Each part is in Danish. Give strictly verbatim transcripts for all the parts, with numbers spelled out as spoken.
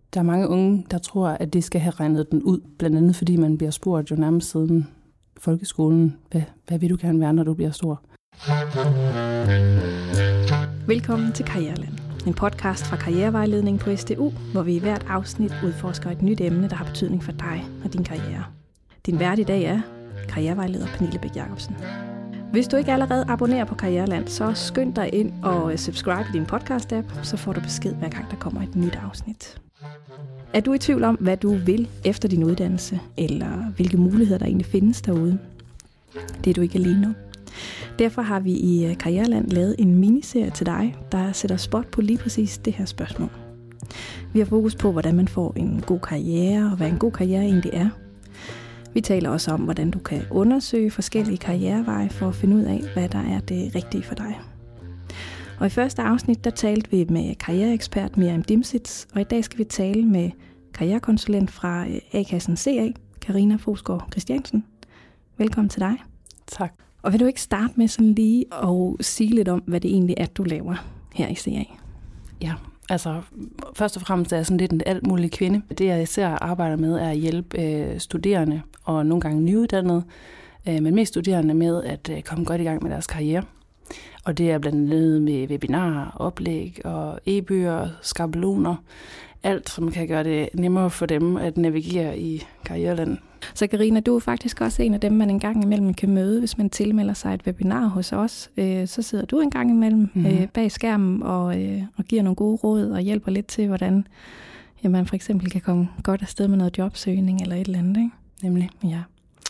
Der er mange unge, der tror, at de skal have regnet den ud, blandt andet fordi man bliver spurgt jo nærmest siden folkeskolen. Hvad, hvad vil du gerne være, når du bliver stor? Velkommen til Karriereland, en podcast fra Karrierevejledning på S D U, hvor vi i hvert afsnit udforsker et nyt emne, der har betydning for dig og din karriere. Din vært i dag er karrierevejleder Pernille Bæk Jacobsen. Hvis du ikke allerede abonnerer på Karriereland, så skynd dig ind og subscribe i din podcast-app, så får du besked hver gang der kommer et nyt afsnit. Er du i tvivl om, hvad du vil efter din uddannelse, eller hvilke muligheder der egentlig findes derude? Det er du ikke alene om. Derfor har vi i Karriereland lavet en miniserie til dig, der sætter spot på lige præcis det her spørgsmål. Vi har fokus på, hvordan man får en god karriere, og hvad en god karriere egentlig er. Vi taler også om, hvordan du kan undersøge forskellige karriereveje for at finde ud af, hvad der er det rigtige for dig. Og i første afsnit, der talte vi med karriereekspert Miriam Dimsitz, og i dag skal vi tale med karrierekonsulent fra A-kassen C A, Karina Fosgaard Christiansen. Velkommen til dig. Tak. Og vil du ikke starte med sådan lige at sige lidt om, hvad det egentlig er, du laver her i C A? Ja, altså først og fremmest er jeg sådan lidt en alt mulig kvinde. Det jeg især arbejder med er at hjælpe øh, studerende og nogle gange nyuddannede, øh, men mest studerende med at øh, komme godt i gang med deres karriere. Og det er blandt andet med webinarer, oplæg og e-bøger, skabeloner. Alt, som kan gøre det nemmere for dem at navigere i karriereland. Så Karina, du er faktisk også en af dem, man en gang imellem kan møde, hvis man tilmelder sig et webinar hos os. Øh, så sidder du en gang imellem mm-hmm. øh, bag skærmen og, øh, og giver nogle gode råd og hjælper lidt til, hvordan ja, man for eksempel kan komme godt afsted med noget jobsøgning eller et eller andet. Ikke? Nemlig. Ja.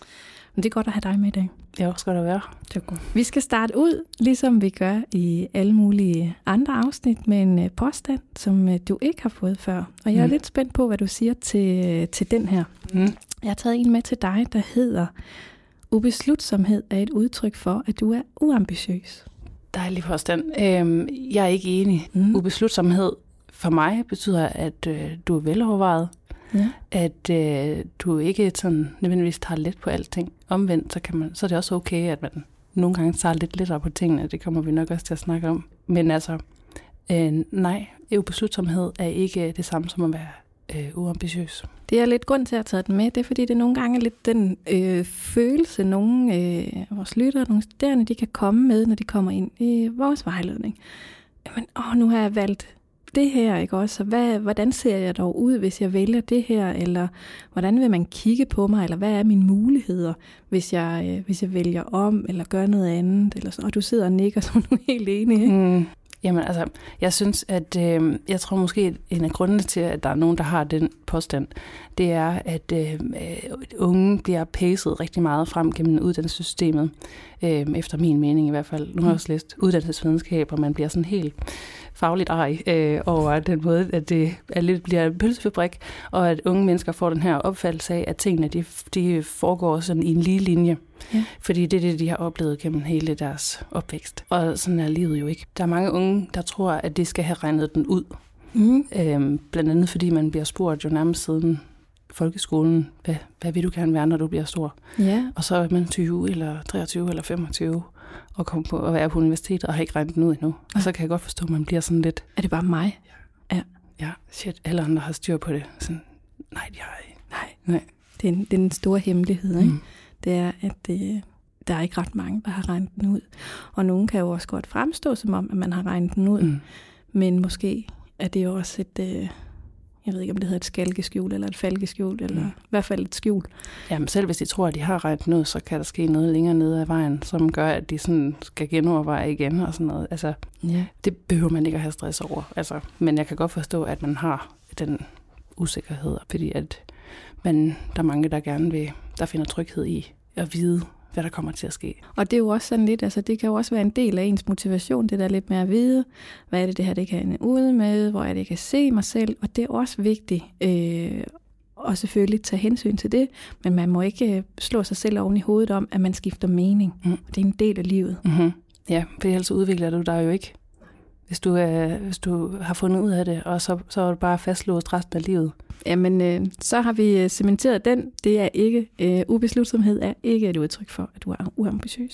Men det er godt at have dig med i dag. Ja, skal der være. Det er godt. Vi skal starte ud, ligesom vi gør i alle mulige andre afsnit, med en påstand, som du ikke har fået før. Og jeg er mm. lidt spændt på, hvad du siger til, til den her. Mm. Jeg har taget en med til dig, der hedder: ubeslutsomhed er et udtryk for, at du er uambitiøs. Dejlig påstand. Øhm, jeg er ikke enig. Mm. Ubeslutsomhed for mig betyder, at øh, du er velovervejet. Ja. At øh, du ikke sådan nødvendigvis tager let på alting. Omvendt, så, kan man, så er det også okay, at man nogle gange tager lidt lettere på tingene. Det kommer vi nok også til at snakke om. Men altså, øh, nej, ubeslutsomhed er ikke det samme som at være øh, uambitiøs. Det er lidt grund til at tage den med. Det er, fordi det nogle gange er lidt den øh, følelse, nogle øh, af vores lyttere, nogle studerende, de kan komme med, når de kommer ind i vores vejledning. Jamen, åh, nu har jeg valgt det her, ikke også? Så hvad, hvordan ser jeg dog ud, hvis jeg vælger det her? Eller hvordan vil man kigge på mig? Eller hvad er mine muligheder, hvis jeg, øh, hvis jeg vælger om, eller gør noget andet? Eller så, og du sidder og nikker, så du er helt enig, ikke? Mm. Jamen altså, jeg synes, at øh, jeg tror måske, en af grundene til, at der er nogen, der har den påstand, det er, at øh, unge bliver pacet rigtig meget frem gennem uddannelsessystemet, øh, efter min mening i hvert fald. Nu har jeg også læst uddannelsesvidenskab, og man bliver sådan helt fagligt ej øh, over den måde, at det er lidt bliver en pølsefabrik, og at unge mennesker får den her opfattelse af, at tingene de, de foregår sådan i en lige linje. Ja. Fordi det er det, de har oplevet gennem hele deres opvækst. Og sådan er livet jo ikke. Der er mange unge, der tror, at de skal have regnet den ud. Mm. Øhm, blandt andet fordi man bliver spurgt jo nærmest siden folkeskolen, hvad, hvad vil du gerne være, når du bliver stor? Ja. Og så er man tyve eller treogtyve eller femogtyve og kommer på at være på universitetet og har ikke regnet den ud endnu. Og så kan jeg godt forstå, at man bliver sådan lidt... Er det bare mig? Ja. Ja, shit, alle andre har styr på det. Sådan, nej, de har ikke. Nej. Nej. Det er en, det er en stor hemmelighed, ikke? Mm. Det er, at det, der er ikke ret mange, der har regnet den ud. Og nogen kan jo også godt fremstå som om, at man har regnet den ud. Mm. Men måske er det jo også et, øh, jeg ved ikke, om det hedder et skalkeskjul, eller et falkeskjul, eller mm. i hvert fald et skjul. Jamen selv hvis de tror, at de har regnet den ud, så kan der ske noget længere nede ad vejen, som gør, at de sådan skal genoverveje igen og sådan noget. Altså, ja. Det behøver man ikke at have stress over. Altså, men jeg kan godt forstå, at man har den usikkerhed, fordi at man, der er mange, der gerne vil, der finder tryghed i at vide, hvad der kommer til at ske. Og det er jo også sådan lidt, altså det kan jo også være en del af ens motivation, det der lidt med at vide, hvad er det, det her det kan ende ud med, hvor er det, jeg kan se mig selv, og det er også vigtigt, øh, og selvfølgelig tage hensyn til det, men man må ikke slå sig selv oven i hovedet om, at man skifter mening. Mm. Det er en del af livet. Mm-hmm. Ja, for ellers udvikler du dig jo ikke. Hvis du, øh, hvis du har fundet ud af det, og så, så er du bare fastlåst resten af livet. Jamen, øh, så har vi cementeret den. Det er ikke, øh, ubeslutsomhed er ikke et udtryk for, at du er uambitiøs.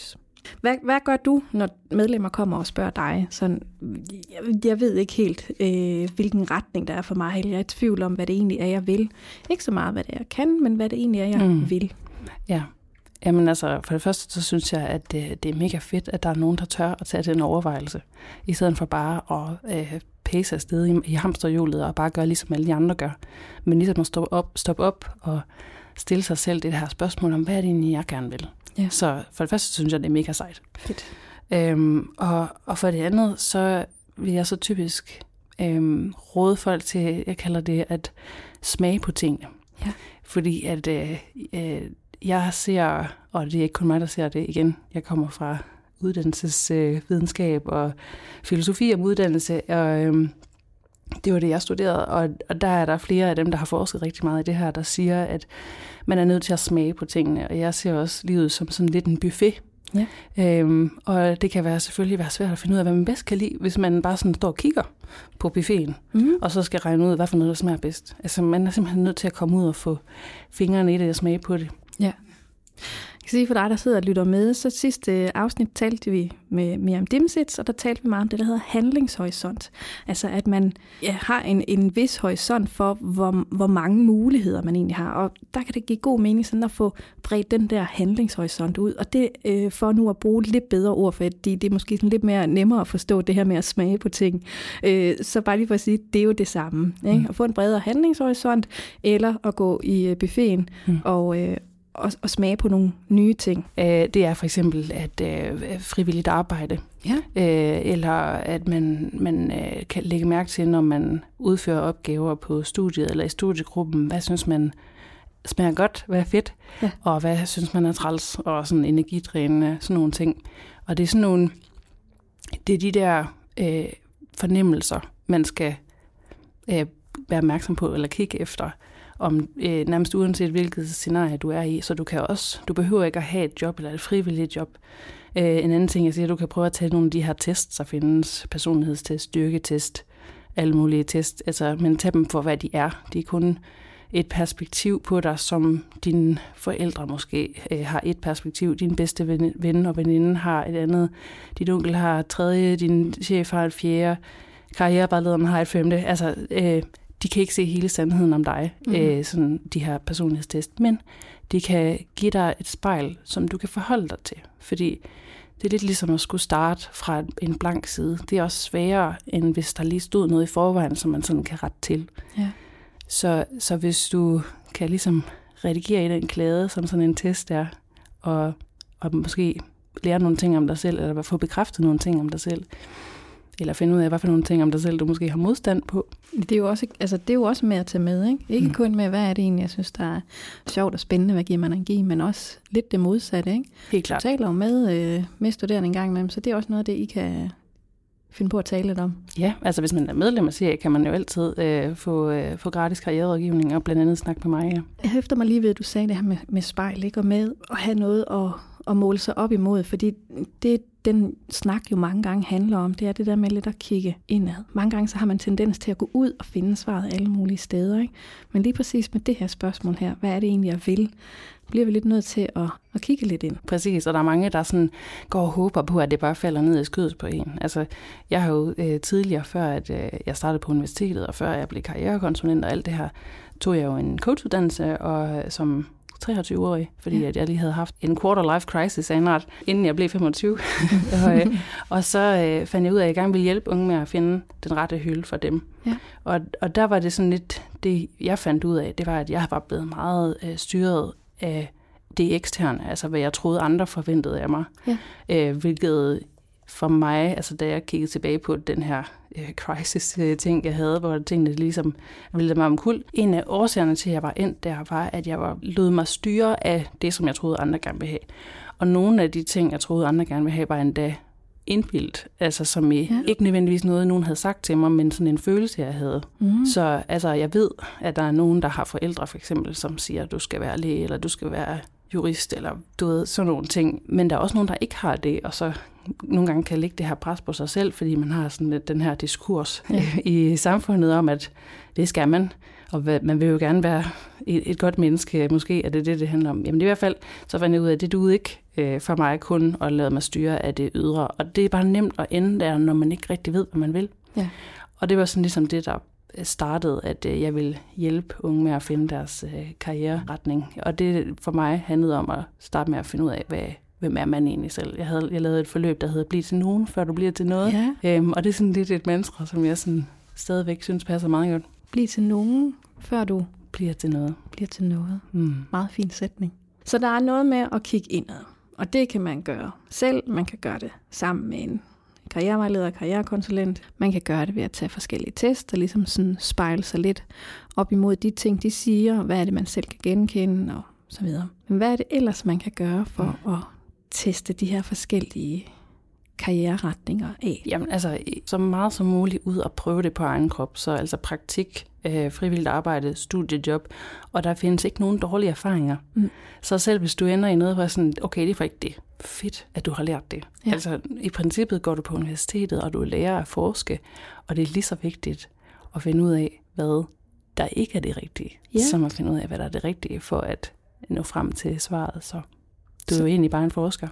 Hvad, hvad gør du, når medlemmer kommer og spørger dig? Sådan, jeg, jeg ved ikke helt, øh, hvilken retning der er for mig. Jeg er i tvivl om, hvad det egentlig er, jeg vil. Ikke så meget, hvad det er, jeg kan, men hvad det egentlig er, jeg mm. vil. Ja. Jamen altså, for det første, så synes jeg, at det, det er mega fedt, at der er nogen, der tør at tage den overvejelse, i stedet for bare at øh, pace afsted i, i hamsterhjulet og bare gøre, ligesom alle de andre gør. Men ligesom at stoppe op, stoppe op og stille sig selv det her spørgsmål om, hvad er det egentlig, jeg gerne vil. Ja. Så for det første, synes jeg, det er mega sejt. Fedt. Øhm, og, og for det andet, så vil jeg så typisk øhm, råde folk til, jeg kalder det, at smage på tingene. Ja. Fordi at øh, øh, jeg ser, og det er ikke kun mig, der ser det igen, jeg kommer fra uddannelsesvidenskab øh, og filosofi om uddannelse, og øh, det var det, jeg studerede, og, og der er der flere af dem, der har forsket rigtig meget i det her, der siger, at man er nødt til at smage på tingene, og jeg ser også livet som sådan lidt en buffet. Ja. Øhm, og det kan være selvfølgelig være svært at finde ud af, hvad man bedst kan lide, hvis man bare sådan står og kigger på buffeten, mm. og så skal regne ud, hvad for noget, der smager bedst. Altså man er simpelthen nødt til at komme ud og få fingrene i det og smage på det. Ja. Jeg kan sige for dig, der sidder og lytter med, så sidste afsnit talte vi med Miriam Dimsitz, og der talte vi meget om det, der hedder handlingshorisont. Altså at man ja, har en, en vis horisont for, hvor, hvor mange muligheder man egentlig har. Og der kan det give god mening sådan at få bredt den der handlingshorisont ud. Og det øh, for nu at bruge lidt bedre ord, fordi det er måske sådan lidt mere nemmere at forstå det her med at smage på ting. Øh, så bare lige for at sige, det er jo det samme. Ikke? Mm. At få en bredere handlingshorisont, eller at gå i øh, buffeten mm. og øh, Og, og smage på nogle nye ting. Det er for eksempel at øh, frivilligt arbejde, ja. øh, eller at man, man øh, kan lægge mærke til, når man udfører opgaver på studiet eller i studiegruppen. Hvad synes man smager godt, hvad er fedt, ja. Og hvad synes man er træls og sådan energidrænende, sådan nogle ting. Og det er sådan nogle, det er de der øh, fornemmelser, man skal øh, være opmærksom på eller kigge efter. Om øh, nærmest uanset hvilket scenarie du er i, så du kan også, du behøver ikke at have et job eller et frivilligt job. Øh, en anden ting, jeg siger, du kan prøve at tage nogle af de her tests, der findes, personlighedstest, styrketest, alle mulige test, altså, men tag dem for, hvad de er. De er kun et perspektiv på dig, som dine forældre måske øh, har et perspektiv, din bedste ven, ven og veninde har et andet, din onkel har et tredje, din chef har et fjerde, karrierevejlederen har et femte, altså øh, de kan ikke se hele sandheden om dig, mm. øh, sådan de her personlighedstest, men de kan give dig et spejl, som du kan forholde dig til. Fordi det er lidt ligesom at skulle starte fra en blank side. Det er også sværere, end hvis der lige stod noget i forvejen, som man sådan kan rette til. Ja. Så, så hvis du kan ligesom redigere i den klæde, som sådan en test er, og, og måske lære nogle ting om dig selv, eller få bekræftet nogle ting om dig selv, eller finde ud af, hvad for nogle ting om dig selv, du måske har modstand på. Det er jo også, altså, det er jo også med at tage med, ikke? Ikke mm. kun med, hvad er det egentlig, jeg synes, der er sjovt og spændende, hvad giver man energi, men også lidt det modsatte, ikke? Helt klart. Du taler jo med, øh, med studerende en gang imellem, så det er også noget af det, I kan finde på at tale lidt om. Ja, altså hvis man er medlem af C A, kan man jo altid øh, få, øh, få gratis karriererådgivning og blandt andet snakke med mig. Ja. Jeg hæfter mig lige ved, at du sagde det her med, med spejl, ikke? Og med at have noget at, at måle sig op imod, fordi det den snak jo mange gange handler om, det er det der med lidt at kigge indad. Mange gange så har man tendens til at gå ud og finde svaret alle mulige steder, ikke? Men lige præcis med det her spørgsmål her, hvad er det egentlig, jeg vil, bliver vi lidt nødt til at, at kigge lidt ind. Præcis, og der er mange, der sådan går og håber på, at det bare falder ned i skødet på en. Altså, jeg har jo øh, tidligere, før at, øh, jeg startede på universitetet, og før jeg blev karrierekonsulent og alt det her, tog jeg jo en coachuddannelse, og øh, som treogtyve-årig, fordi ja. at jeg lige havde haft en quarter life crisis af en ret, inden jeg blev femogtyve. og, øh, og så øh, fandt jeg ud af, at jeg gerne ville hjælpe unge med at finde den rette hylde for dem. Ja. Og, og der var det sådan lidt, det jeg fandt ud af, det var, at jeg var blevet meget øh, styret af det eksterne, altså hvad jeg troede andre forventede af mig. Ja. Øh, hvilket for mig, altså da jeg kiggede tilbage på den her øh, crisis-ting, jeg havde, hvor tingene ligesom ville mig omkuld. En af årsagerne til, at jeg var endt der, var, at jeg var, lod mig styre af det, som jeg troede, andre gerne ville have. Og nogle af de ting, jeg troede, andre gerne ville have, var endda indbildt, altså som i, ja. Ikke nødvendigvis noget, nogen havde sagt til mig, men sådan en følelse, jeg havde. Mm. Så altså, jeg ved, at der er nogen, der har forældre, for eksempel, som siger, at du skal være læge, eller du skal være jurist, eller du ved, sådan nogle ting. Men der er også nogen, der ikke har det, og så nogle gange kan lægge det her pres på sig selv, fordi man har sådan den her diskurs ja. i samfundet om, at det skal man, og man vil jo gerne være et, et godt menneske. Måske er det det, det handler om. Jamen i hvert fald, så fandt jeg ud af, at det duede ikke øh, for mig kun at lade mig styre af det ydre. Og det er bare nemt at ende der, når man ikke rigtig ved, hvad man vil. Ja. Og det var sådan ligesom det, der startede, at øh, jeg ville hjælpe unge med at finde deres øh, karriereretning. Og det for mig handlede om at starte med at finde ud af, hvad hvem er man egentlig selv. Jeg havde jeg lavede et forløb, der hedder Bliv til nogen, før du bliver til noget. Ja. Øhm, og det er sådan lidt et mantra, som jeg sådan stadigvæk synes passer meget godt. Bliv til nogen, før du bliver til noget. Bliver til noget. Mm. Meget fin sætning. Så der er noget med at kigge indad. Og det kan man gøre selv. Man kan gøre det sammen med en karrierevejleder og karrierekonsulent. Man kan gøre det ved at tage forskellige tests og ligesom sådan spejle sig lidt op imod de ting, de siger. Hvad er det, man selv kan genkende og så videre. Men hvad er det ellers, man kan gøre for mm. at teste de her forskellige karriereretninger af? Jamen altså, så meget som muligt ud og prøve det på egen krop. Så altså praktik, øh, frivilligt arbejde, studiejob, og der findes ikke nogen dårlige erfaringer. Mm. Så selv hvis du ender i noget, hvor er sådan, okay, det er faktisk det. Fedt, at du har lært det. Ja. Altså i princippet går du på universitetet, og du lærer at forske, og det er lige så vigtigt at finde ud af, hvad der ikke er det rigtige, ja. Som at finde ud af, hvad der er det rigtige for at nå frem til svaret. Så du er jo egentlig bare en forsker.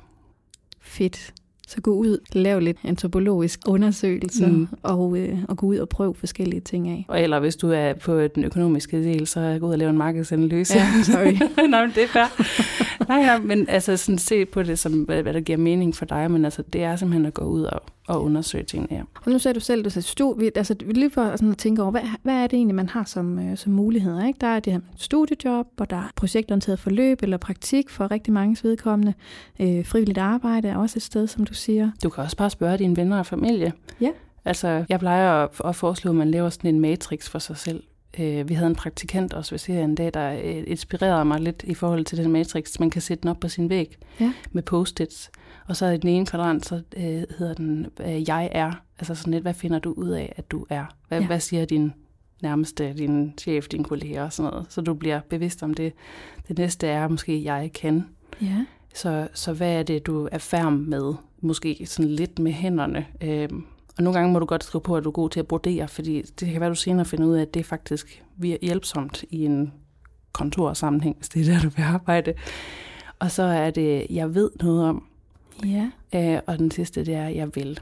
Fedt. Så gå ud, lav lidt antropologisk undersøgelse, mm. og, øh, og gå ud og prøve forskellige ting af. Og eller hvis du er på den økonomiske del, så gå ud og lave en markedsanalyse. Ja, sorry. Nej, men det er fair. Nej, ja, men altså sådan se på det som, hvad der giver mening for dig, men altså det er simpelthen at gå ud og, og undersøge tingene. Ja. Og nu sagde du selv, du sagde studie, altså lige for sådan at tænke over, hvad, hvad er det egentlig, man har som, øh, som muligheder, ikke? Der er det her studiejob, og der er projektorienteret forløb eller praktik for rigtig mange vedkommende. Øh, frivilligt arbejde er også et sted, som du siger. Du kan også bare spørge dine venner og familie. Ja. Altså, jeg plejer at, at foreslå, at man laver sådan en matrix for sig selv. Øh, vi havde en praktikant også ved serien en dag, der øh, inspirerede mig lidt i forhold til den matrix. Man kan sætte den op på sin væg ja. Med post-its. Og så i den ene kvadrant, så øh, hedder den, øh, jeg er. Altså sådan lidt, hvad finder du ud af, at du er? Hvad, ja. Hvad siger din nærmeste, din chef, dine kolleger og sådan noget? Så du bliver bevidst om det. Det næste er måske, jeg kan. Ja. Så, så hvad er det, du er færm med? Måske sådan lidt med hænderne. Øhm, og nogle gange må du godt skrive på, at du er god til at brodere, fordi det kan være, du senere finder ud af, at det faktisk er hjælpsomt i en kontorsammenhæng, hvis det er der, du vil arbejde. Og så er det, jeg ved noget om. Ja. Øh, og den sidste, det er, jeg vil.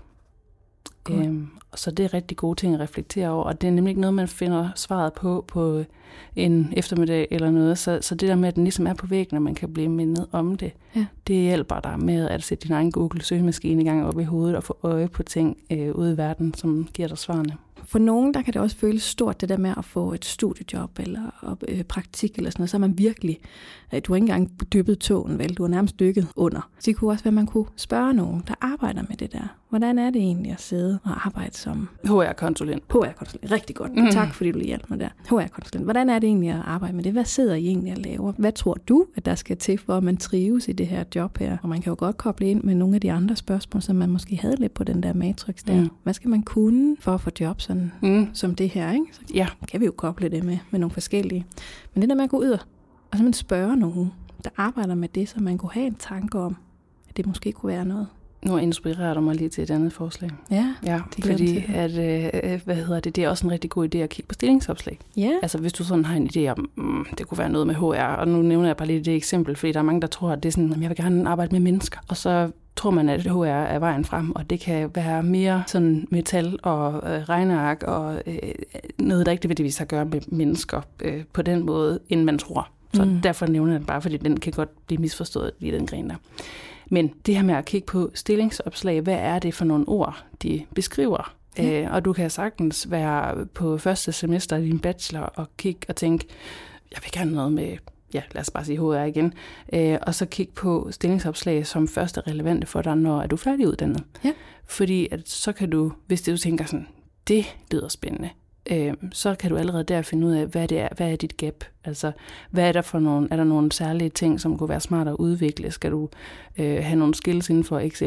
Øhm, så det er rigtig gode ting at reflektere over, og det er nemlig ikke noget, man finder svaret på på en eftermiddag eller noget. Så, så det der med, at den ligesom er på væggen, og man kan blive mindet om det, ja. Det hjælper dig med at sætte din egen Google-søgemaskine i gang op i hovedet og få øje på ting øh, ude i verden, som giver dig svarene. For nogen, der kan det også føles stort, det der med at få et studiejob eller øh, praktik eller sådan noget, så er man virkelig, øh, du har ikke engang dyppet tåen, vel? Du har nærmest dykket under. Så det kunne også være, at man kunne spørge nogen, der arbejder med det der. Hvordan er det egentlig at sidde og arbejde som H R-konsulent? H R-konsulent, rigtig godt. Mm. Tak fordi du hjalp mig der. H R-konsulent. Hvordan er det egentlig at arbejde med det? Hvad sidder I egentlig og laver? Hvad tror du, at der skal til, for at man trives i det her job her? Og man kan jo godt koble ind med nogle af de andre spørgsmål, som man måske havde lidt på den der matrix der. Mm. Hvad skal man kunne for at få job sådan, mm. som det her, ikke? Så ja. Kan vi jo koble det med, med nogle forskellige. Men det der med at gå ud og, og så man spørger nogen, der arbejder med det, så man kunne have en tanke om, at det måske kunne være noget. Nu inspirerer du mig lige til et andet forslag. Ja, ja det fordi at, øh, hvad hedder det, det er også en rigtig god idé at kigge på stillingsopslag. Ja. Altså hvis du sådan har en idé om, mm, det kunne være noget med H R, og nu nævner jeg bare lige det eksempel, fordi der er mange, der tror, at det er sådan, at jeg vil gerne arbejde med mennesker, og så tror man, at H R er vejen frem, og det kan være mere sådan metal og øh, regneark og øh, noget, der ikke nødvendigvis har at gøre med mennesker øh, på den måde, end man tror. Så mm. derfor nævner jeg den bare, fordi den kan godt blive misforstået i den gren der. Men det her med at kigge på stillingsopslag, hvad er det for nogle ord, de beskriver? Ja. Øh, og du kan sagtens være på første semester i din bachelor og kigge og tænke, jeg vil gerne noget med, ja, lad os bare sige H R igen, øh, og så kigge på stillingsopslag som første relevante for dig, når du er færdiguddannet. Ja. Fordi at så kan du, hvis du tænker sådan, det lyder spændende, øh, så kan du allerede der finde ud af, hvad det er, hvad er dit gap? Altså, hvad er der for nogle, er der nogle særlige ting, som kunne være smart at udvikle? Skal du øh, have nogle skills inden for Excel?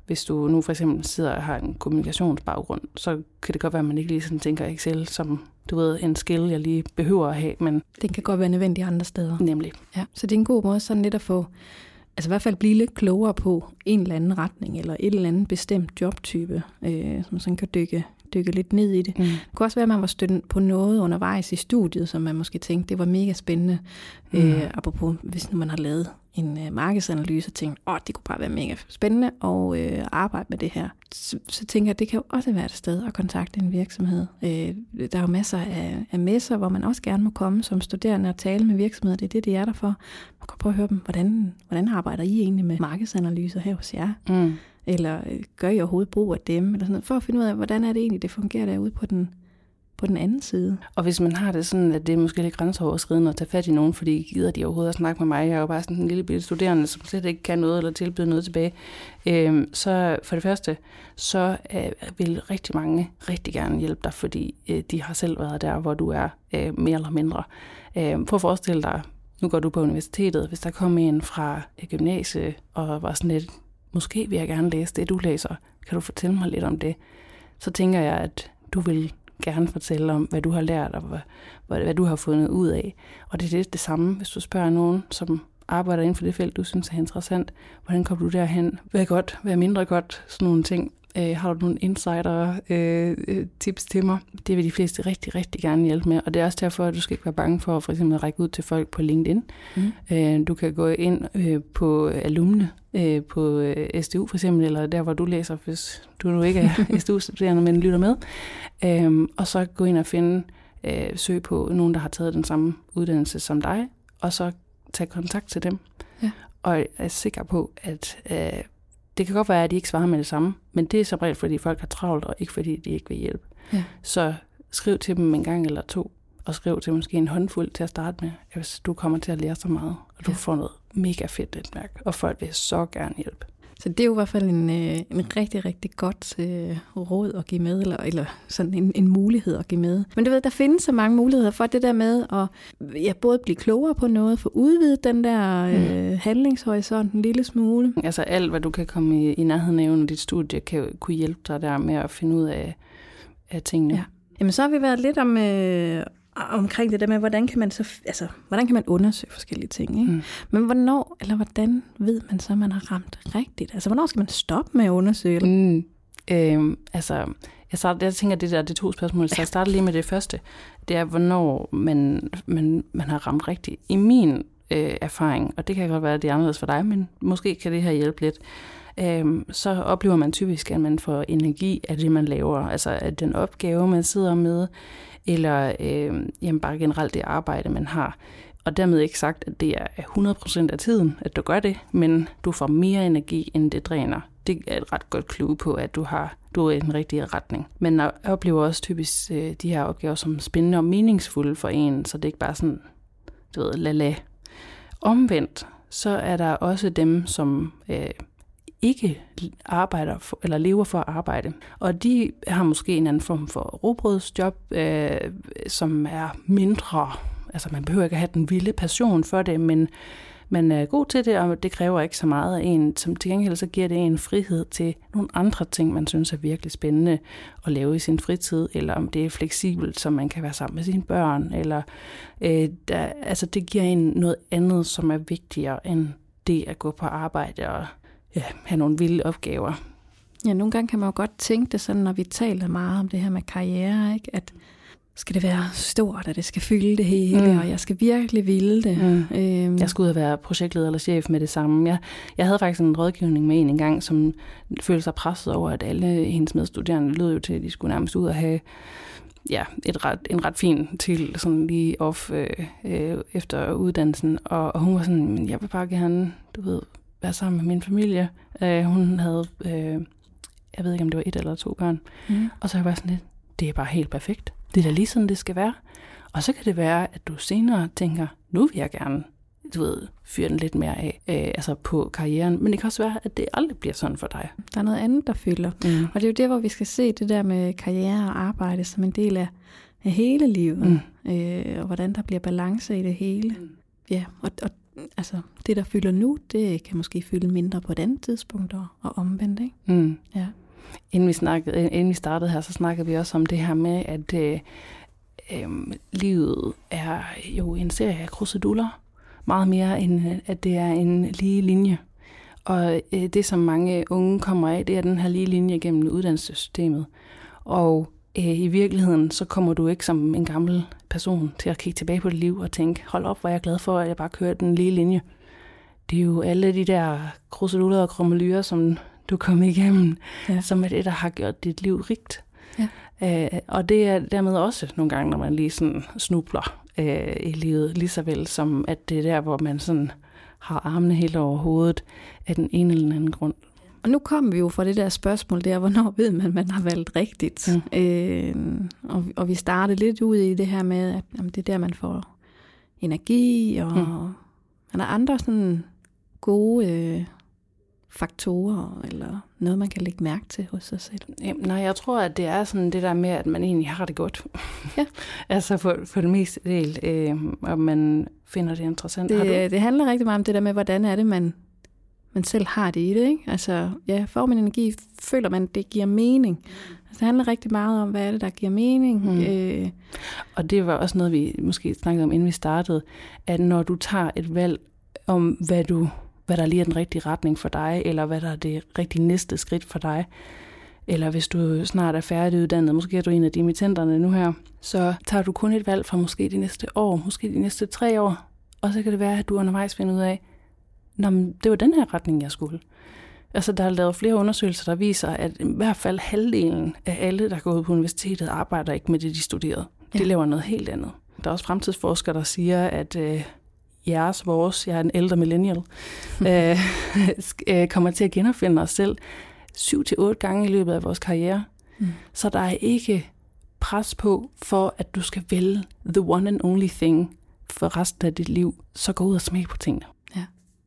Hvis du nu for eksempel sidder og har en kommunikationsbaggrund, så kan det godt være, at man ikke lige sådan tænker Excel som, du ved, en skill, jeg lige behøver at have. Men det kan godt være nødvendigt andre steder. Nemlig. Ja, så det er en god måde sådan lidt at få, altså i hvert fald blive lidt klogere på en eller anden retning, eller et eller andet bestemt jobtype, øh, som sådan kan dykke, dykke lidt ned i det. Mm. Det kunne også være, at man var stødt på noget undervejs i studiet, som man måske tænkte, det var mega spændende. Mm. Øh, apropos, hvis nu man har lavet en øh, markedsanalyse og tænkt, åh, det kunne bare være mega spændende at øh, arbejde med det her. Så, så tænker jeg, at det kan jo også være et sted at kontakte en virksomhed. Øh, der er jo masser af, af messer, hvor man også gerne må komme som studerende og tale med virksomheder. Det er det, de er der for. Man kan prøve at høre dem, hvordan, hvordan arbejder I egentlig med markedsanalyser her hos jer? Mm. Eller gør I overhovedet brug af dem? Eller sådan noget, for at finde ud af, hvordan er det egentlig, det fungerer derude på den på den anden side. Og hvis man har det sådan, at det er måske lidt grænseoverskridende at tage fat i nogen, fordi gider de overhovedet at snakke med mig, jeg er jo bare sådan en lille bitte studerende, som slet ikke kan noget eller tilbyde noget tilbage, øhm, så for det første, så øh, vil rigtig mange rigtig gerne hjælpe dig, fordi øh, de har selv været der, hvor du er øh, mere eller mindre. Øh, prøv at forestille dig, nu går du på universitetet, hvis der kom en fra gymnasiet og var sådan lidt, måske vil jeg gerne læse det, du læser, kan du fortælle mig lidt om det? Så tænker jeg, at du vil gerne fortælle om, hvad du har lært, og hvad, hvad du har fundet ud af. Og det er det, det samme, hvis du spørger nogen, som arbejder inden for det felt, du synes er interessant. Hvordan kommer du derhen? Hvad er godt? Hvad er mindre godt? Sådan nogle ting. Øh, har du nogle insider-tips øh, til mig? Det vil de fleste rigtig, rigtig gerne hjælpe med. Og det er også derfor, at du skal ikke være bange for at for eksempel række ud til folk på LinkedIn. Mm. Øh, du kan gå ind øh, på alumne øh, på øh, S D U for eksempel, eller der, hvor du læser, hvis du nu ikke er S D U-studerende, men lytter med. Øh, og så gå ind og finde, øh, søg på nogen, der har taget den samme uddannelse som dig, og så tage kontakt til dem. Ja. Og jeg er sikker på, at øh, det kan godt være, at de ikke svarer med det samme, men det er som regel, fordi folk har travlt, og ikke fordi de ikke vil hjælpe. Ja. Så skriv til dem en gang eller to, og skriv til måske en håndfuld til at starte med, hvis du kommer til at lære så meget, og du ja. får noget mega fedt netværk, og folk vil så gerne hjælpe. Så det er jo i hvert fald en, en rigtig, rigtig godt øh, råd at give med, eller, eller sådan en, en mulighed at give med. Men du ved, der findes så mange muligheder for det der med at ja, både blive klogere på noget, få udvidet den der øh, mm. handlingshorisont en lille smule. Altså alt, hvad du kan komme i, i nærheden af under dit studie, kan kunne hjælpe dig der med at finde ud af, af tingene. Ja. Jamen så har vi været lidt om... Øh, omkring det der med, hvordan kan man så, altså, hvordan kan man undersøge forskellige ting, ikke? Mm. Men hvornår, eller hvordan ved man så, at man har ramt rigtigt? Altså, hvornår skal man stoppe med at undersøge? Mm. Øhm, altså, jeg, starter, jeg tænker, det der det er to spørgsmål, så jeg starter lige med det første. Det er, hvornår man, man, man har ramt rigtigt. I min øh, erfaring, og det kan godt være, at det er anderledes for dig, men måske kan det her hjælpe lidt, øhm, så oplever man typisk, at man får energi af det, man laver. Altså, at den opgave, man sidder med, eller øh, jamen bare generelt det arbejde, man har. Og dermed ikke sagt, at det er hundrede procent af tiden, at du gør det, men du får mere energi, end det dræner. Det er et ret godt clue på, at du har du er i den rigtige retning. Men jeg oplever også typisk øh, de her opgaver som spændende og meningsfulde for en, så det er ikke bare sådan, du ved, lala. Omvendt, så er der også dem, som... Øh, ikke arbejder for, eller lever for at arbejde. Og de har måske en anden form for rugbrødsjob, øh, som er mindre, altså man behøver ikke at have den vilde passion for det, men man er god til det, og det kræver ikke så meget af en. Som til gengæld så giver det en frihed til nogle andre ting, man synes er virkelig spændende at lave i sin fritid, eller om det er fleksibelt, så man kan være sammen med sine børn, eller øh, der, altså det giver en noget andet, som er vigtigere end det at gå på arbejde og ja, have nogle vilde opgaver. Ja, nogle gange kan man jo godt tænke det sådan, når vi taler meget om det her med karriere, ikke? At skal det være stort, og det skal fylde det hele, mm. og jeg skal virkelig ville det. Mm. Øhm. Jeg skulle ud og være projektleder eller chef med det samme. Jeg, jeg havde faktisk en rådgivning med en engang, som følte sig presset over, at alle hendes medstuderende lød jo til, at de skulle nærmest ud og have ja, et ret, en ret fin til sådan lige off øh, øh, efter uddannelsen. Og, og hun var sådan, jeg vil bare gerne, du ved, være sammen med min familie. Uh, hun havde, uh, jeg ved ikke, om det var et eller to børn. Mm. Og så var jeg bare sådan lidt, det er bare helt perfekt. Det er da lige sådan, det skal være. Og så kan det være, at du senere tænker, nu vil jeg gerne, du ved, fyre den lidt mere af, uh, altså på karrieren. Men det kan også være, at det aldrig bliver sådan for dig. Der er noget andet, der fylder. Mm. Og det er jo der, hvor vi skal se det der med karriere og arbejde som en del af, af hele livet. Mm. Uh, og hvordan der bliver balance i det hele. Mm. Ja, og, og altså det, der fylder nu, det kan måske fylde mindre på et andet tidspunkt og, og omvendt, ikke? Mm. Ja. Inden vi, snakkede, inden vi startede her, så snakkede vi også om det her med, at øh, øh, livet er jo en serie af kruseduller. Meget mere end, at det er en lige linje. Og øh, det, som mange unge kommer af, det er den her lige linje gennem uddannelsessystemet. Og øh, i virkeligheden, så kommer du ikke som en gammel person til at kigge tilbage på dit liv og tænke, hold op, hvor er jeg glad for, at jeg bare kører den lige linje. Det er jo alle de der kruseduller og krumelyrer, som du kom igennem, ja. Som er det, der har gjort dit liv rigt. Ja. Øh, og det er dermed også nogle gange, når man lige sådan snubler øh, i livet, lige så vel som at det er der, hvor man sådan har armene helt over hovedet af den ene eller den anden grund. Og nu kommer vi jo fra det der spørgsmål der, hvornår ved man, at man har valgt rigtigt? Mm. Øh, og, og vi startede lidt ud i det her med, at jamen, det er der, man får energi, og mm. man har andre sådan gode øh, faktorer, eller noget, man kan lægge mærke til hos sig selv. Jamen, nej, jeg tror, at det er sådan det der med, at man egentlig har det godt. Ja. Altså for, for det meste del, øh, og man finder det interessant. Det, har du? det handler rigtig meget om det der med, hvordan er det, man, man selv har det i det, ikke? Altså, ja, får man energi, føler man, det giver mening. Altså, det handler rigtig meget om, hvad er det, der giver mening. Mm. Øh. Og det var også noget, vi måske snakkede om, inden vi startede, at når du tager et valg om, hvad du hvad der lige er den rigtige retning for dig, eller hvad der er det rigtige næste skridt for dig, eller hvis du snart er færdiguddannet, måske er du en af dimittenterne nu her, så tager du kun et valg fra måske de næste år, måske de næste tre år, og så kan det være, at du undervejs finder ud af, nå, men det var den her retning, jeg skulle. Altså, der er lavet flere undersøgelser, der viser, at i hvert fald halvdelen af alle, der går ud på universitetet, arbejder ikke med det, de studerede. De ja. laver noget helt andet. Der er også fremtidsforskere, der siger, at øh, jeres, vores, jeg er en ældre millennial, øh, kommer til at genopfinde os selv syv til otte gange i løbet af vores karriere. Mm. Så der er ikke pres på, for at du skal vælge the one and only thing for resten af dit liv. Så gå ud og smag på tingene. Ja.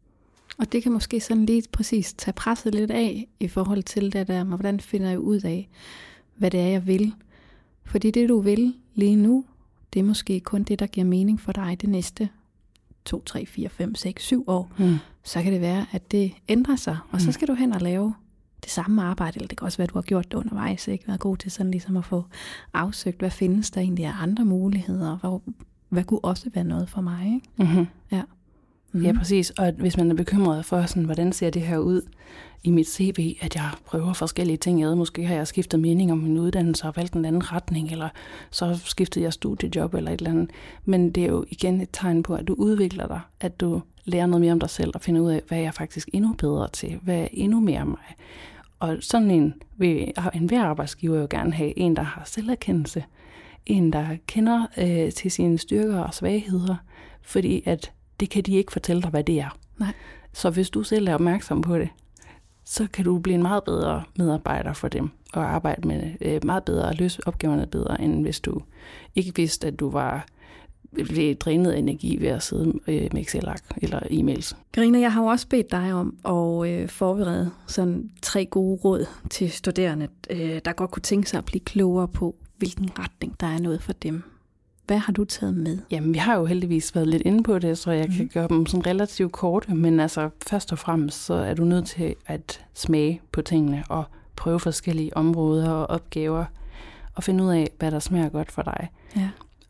Og det kan måske sådan lige præcis tage presset lidt af i forhold til det der, hvordan finder jeg ud af, hvad det er, jeg vil. Fordi det, du vil lige nu, det er måske kun det, der giver mening for dig det næste to, tre, fire, fem, seks, syv år, mm. så kan det være, at det ændrer sig, og mm. så skal du hen og lave det samme arbejde, eller det kan også være, at du har gjort det undervejs, ikke været god til sådan ligesom at få afsøgt, hvad findes der egentlig af andre muligheder, hvad, hvad kunne også være noget for mig, ikke? Mm-hmm. Ja. Mm-hmm. Ja, præcis, og hvis man er bekymret for, sådan, hvordan ser det her ud i mit C V, at jeg prøver forskellige ting ad, måske har jeg skiftet mening om min uddannelse og valgt en anden retning, eller så skiftede jeg studiejob eller et eller andet. Men det er jo igen et tegn på, at du udvikler dig, at du lærer noget mere om dig selv og finder ud af, hvad jeg er faktisk endnu bedre til, hvad er endnu mere mig. Og sådan en vil en hver arbejdsgiver jo gerne have, en der har selverkendelse, en der kender øh, til sine styrker og svagheder, fordi at det kan de ikke fortælle dig, hvad det er. Nej. Så hvis du selv er opmærksom på det, så kan du blive en meget bedre medarbejder for dem, og arbejde med øh, meget bedre og løse opgaverne bedre, end hvis du ikke vidste, at du var blev drænet af energi ved at sidde øh, med Excel-ark eller e-mails. Karina, jeg har jo også bedt dig om at øh, forberede sådan tre gode råd til studerende, øh, der godt kunne tænke sig at blive klogere på, hvilken retning der er noget for dem. Hvad har du taget med? Jamen, vi har jo heldigvis været lidt inde på det, så jeg mm. kan gøre dem sådan relativt korte, men altså først og fremmest, så er du nødt til at smage på tingene og prøve forskellige områder og opgaver og finde ud af, hvad der smager godt for dig. Ja.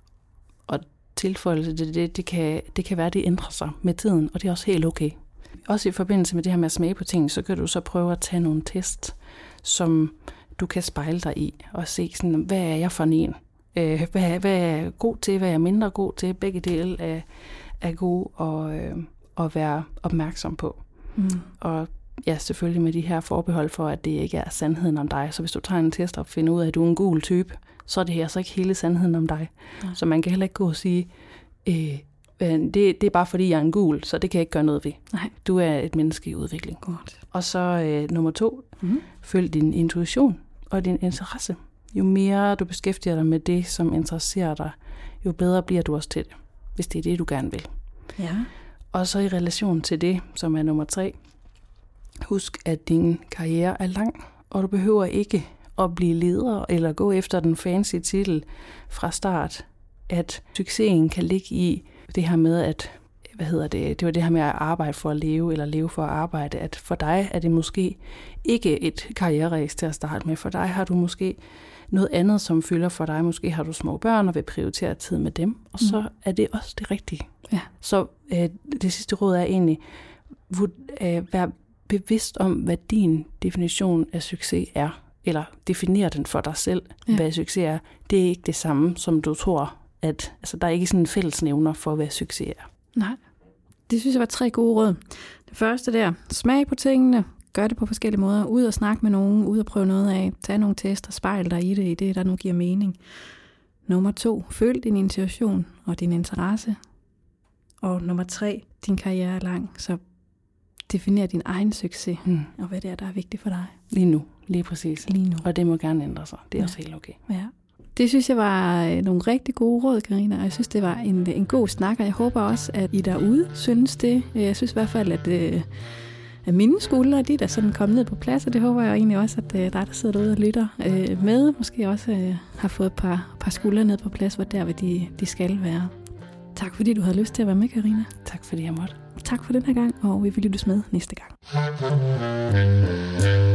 Og tilføjelse, det, det, det, kan, det kan være, det ændrer sig med tiden, og det er også helt okay. Også i forbindelse med det her med at smage på ting, så kan du så prøve at tage nogle test, som du kan spejle dig i og se, sådan, hvad er jeg for en? Øh, hvad, hvad er jeg god til, hvad er jeg mindre god til? Begge dele er, er gode at, øh, at være opmærksom på. Mm. Og ja, selvfølgelig med de her forbehold for, at det ikke er sandheden om dig. Så hvis du tager en test og finder ud af, at du er en gul type, så er det her så ikke hele sandheden om dig. Ja. Så man kan heller ikke gå og sige, øh, det, det er bare fordi, jeg er en gul, så det kan jeg ikke gøre noget ved. Nej. Du er et menneske i udvikling. Godt. Og så øh, nummer to, mm. følg din intuition og din interesse. Jo mere du beskæftiger dig med det, som interesserer dig, jo bedre bliver du også til det, hvis det er det, du gerne vil. Ja. Og så i relation til det, som er nummer tre, husk, at din karriere er lang, og du behøver ikke at blive leder eller gå efter den fancy titel fra start, at succesen kan ligge i det her med at hvad hedder det, det var det her med at arbejde for at leve, eller leve for at arbejde, at for dig er det måske ikke et karriereræs til at starte med. For dig har du måske noget andet, som fylder for dig. Måske har du små børn og vil prioritere tid med dem, og så mm. er det også det rigtige. Ja. Så øh, det sidste råd er egentlig, øh, vær bevidst om, hvad din definition af succes er, eller definere den for dig selv, ja. Hvad succes er. Det er ikke det samme, som du tror, at altså, der er ikke sådan en fællesnævner for, hvad succes er. Nej, det synes jeg var tre gode råd. Det første der, smag på tingene, gør det på forskellige måder, ud og snakke med nogen, ud og prøve noget af, tag nogle tester, spejl dig i det, i det, der nu giver mening. Nummer to, følg din intuition og din interesse. Og nummer tre, din karriere er lang, så definer din egen succes, mm. og hvad det er, der er vigtigt for dig. Lige nu, lige præcis. Lige nu. Og det må gerne ændre sig. Det er ja. Også helt okay. Ja. Det synes jeg var nogle rigtig gode råd, Karina, og jeg synes, det var en, en god snak, og jeg håber også, at I derude synes det. Jeg synes i hvert fald, at, at mine skuldre, de der sådan kommet ned på plads, og det håber jeg egentlig også, at dig, der sidder derude og lytter med, måske også har fået et par, par skuldre ned på plads, hvor der de, de skal være. Tak fordi du havde lyst til at være med, Karina. Tak fordi jeg måtte. Tak for den her gang, og vi vil lyttes med næste gang.